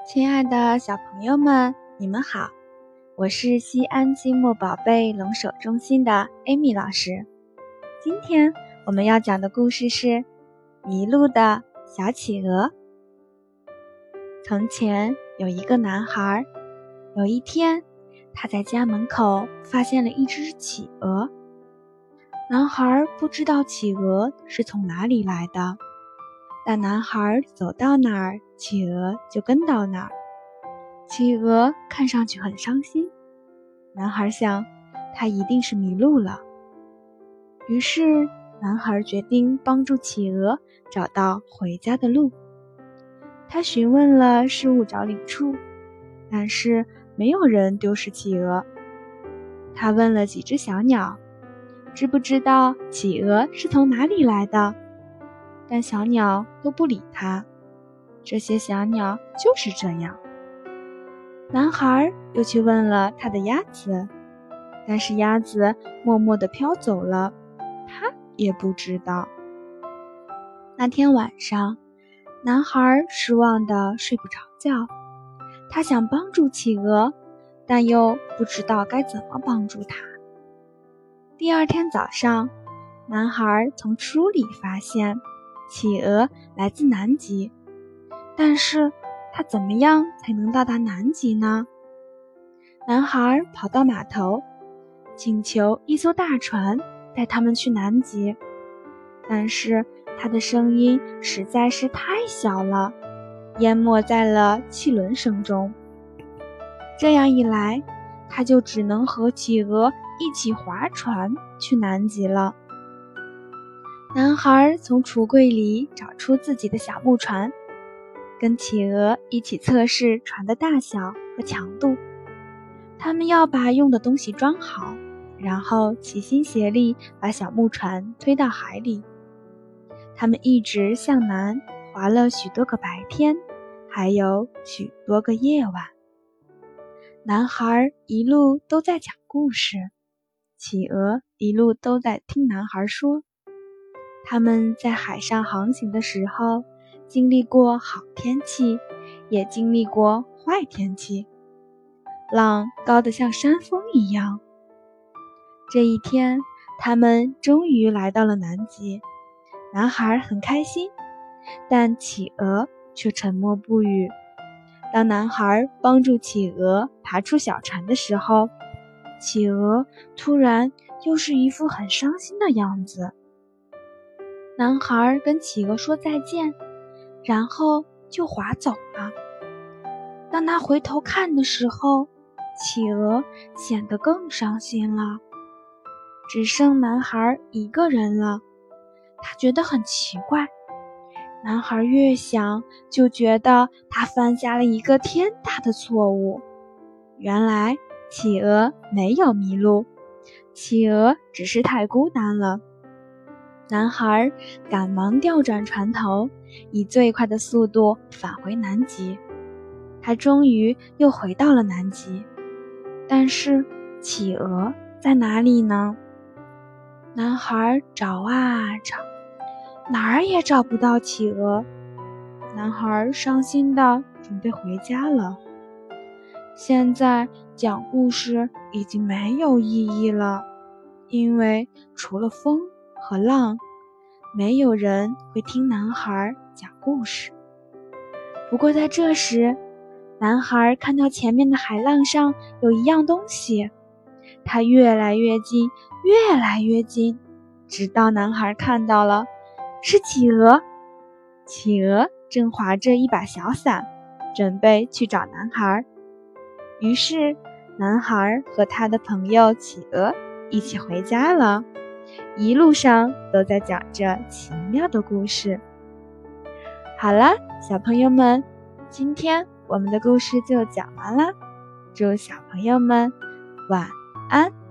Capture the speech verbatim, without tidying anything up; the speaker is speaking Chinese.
亲爱的小朋友们，你们好，我是西安积木宝贝龙首中心的 Amy 老师。今天我们要讲的故事是迷路的小企鹅。从前有一个男孩，有一天他在家门口发现了一只企鹅。男孩不知道企鹅是从哪里来的，但男孩走到哪儿，企鹅就跟到哪儿。企鹅看上去很伤心，男孩想，他一定是迷路了。于是，男孩决定帮助企鹅找到回家的路。他询问了事务找领处，但是没有人丢失企鹅。他问了几只小鸟，知不知道企鹅是从哪里来的？但小鸟都不理他。这些小鸟就是这样。男孩又去问了他的鸭子，但是鸭子默默地飘走了，他也不知道。那天晚上，男孩失望地睡不着觉。他想帮助企鹅，但又不知道该怎么帮助他。第二天早上，男孩从书里发现企鹅来自南极，但是他怎么样才能到达南极呢？男孩跑到码头，请求一艘大船带他们去南极，但是他的声音实在是太小了，淹没在了汽轮声中。这样一来，他就只能和企鹅一起划船去南极了。男孩从橱柜里找出自己的小木船，跟企鹅一起测试船的大小和强度。他们要把用的东西装好，然后齐心协力把小木船推到海里。他们一直向南划了许多个白天，还有许多个夜晚。男孩一路都在讲故事，企鹅一路都在听男孩说。他们在海上航行的时候，经历过好天气，也经历过坏天气，浪高得像山峰一样。这一天，他们终于来到了南极。男孩很开心，但企鹅却沉默不语。当男孩帮助企鹅爬出小船的时候，企鹅突然又是一副很伤心的样子。男孩跟企鹅说再见，然后就划走了。当他回头看的时候，企鹅显得更伤心了。只剩男孩一个人了，他觉得很奇怪。男孩越想，就觉得他犯下了一个天大的错误。原来，企鹅没有迷路，企鹅只是太孤单了。男孩赶忙调转船头，以最快的速度返回南极。他终于又回到了南极，但是企鹅在哪里呢？男孩找啊找，哪儿也找不到企鹅。男孩伤心地准备回家了。现在讲故事已经没有意义了，因为除了风和浪，没有人会听男孩讲故事。不过在这时，男孩看到前面的海浪上有一样东西，它越来越近，越来越近，直到男孩看到了，是企鹅。企鹅正划着一把小伞，准备去找男孩。于是，男孩和他的朋友企鹅一起回家了。一路上都在讲着奇妙的故事。好了，小朋友们，今天我们的故事就讲完了。祝小朋友们晚安。